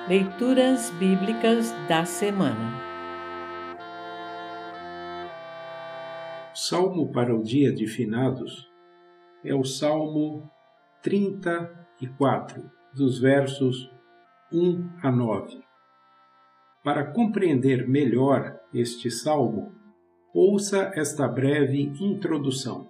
Leituras Bíblicas da Semana. O salmo para o dia de finados é o Salmo 34, dos versos 1 a 9. Para compreender melhor este salmo, ouça esta breve introdução.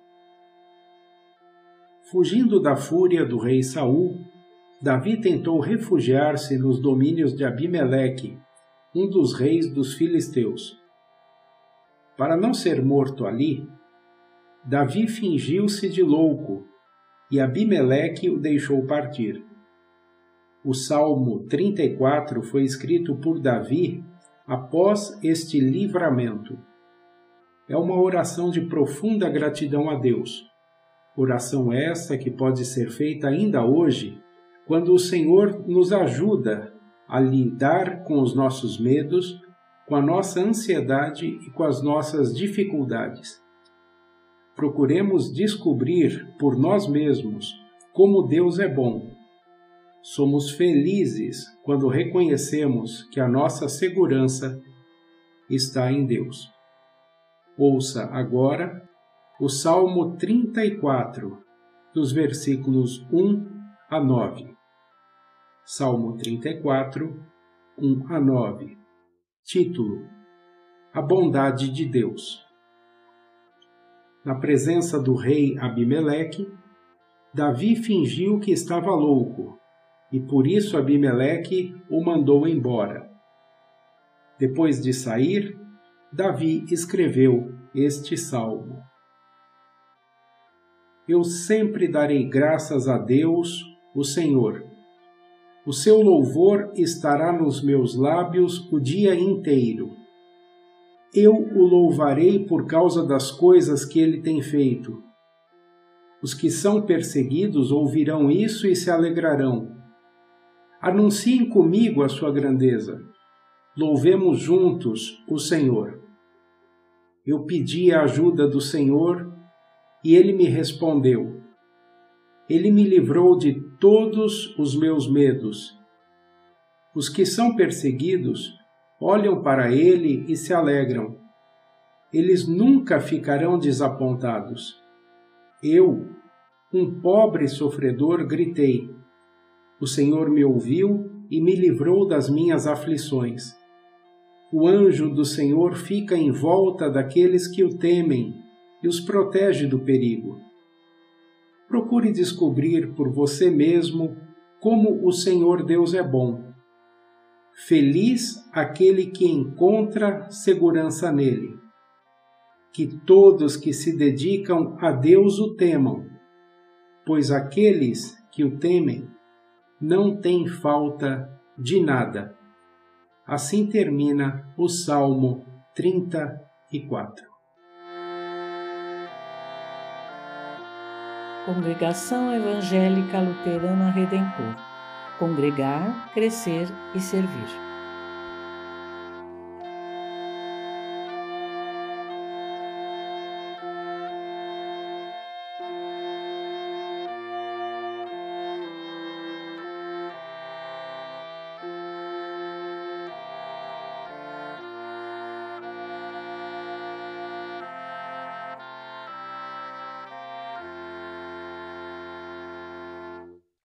Fugindo da fúria do rei Saul, Davi tentou refugiar-se nos domínios de Abimeleque, um dos reis dos filisteus. Para não ser morto ali, Davi fingiu-se de louco e Abimeleque o deixou partir. O Salmo 34 foi escrito por Davi após este livramento. É uma oração de profunda gratidão a Deus. Oração essa que pode ser feita ainda hoje, quando o Senhor nos ajuda a lidar com os nossos medos, com a nossa ansiedade e com as nossas dificuldades. Procuremos descobrir por nós mesmos como Deus é bom. Somos felizes quando reconhecemos que a nossa segurança está em Deus. Ouça agora o Salmo 34, dos versículos 1 a 9. Salmo 34, 1 a 9. Título: A bondade de Deus. Na presença do rei Abimeleque, Davi fingiu que estava louco, e por isso Abimeleque o mandou embora. Depois de sair, Davi escreveu este salmo: Eu sempre darei graças a Deus, o Senhor. O seu louvor estará nos meus lábios o dia inteiro. Eu o louvarei por causa das coisas que ele tem feito. Os que são perseguidos ouvirão isso e se alegrarão. Anunciem comigo a sua grandeza. Louvemos juntos o Senhor. Eu pedi a ajuda do Senhor e ele me respondeu. Ele me livrou de todos os meus medos. Os que são perseguidos olham para ele e se alegram. Eles nunca ficarão desapontados. Eu, um pobre sofredor, gritei. O Senhor me ouviu e me livrou das minhas aflições. O anjo do Senhor fica em volta daqueles que o temem e os protege do perigo. Procure descobrir por você mesmo como o Senhor Deus é bom. Feliz aquele que encontra segurança nele. Que todos que se dedicam a Deus o temam, pois aqueles que o temem não têm falta de nada. Assim termina o Salmo 34. Congregação Evangélica Luterana Redentor. Congregar, crescer e servir.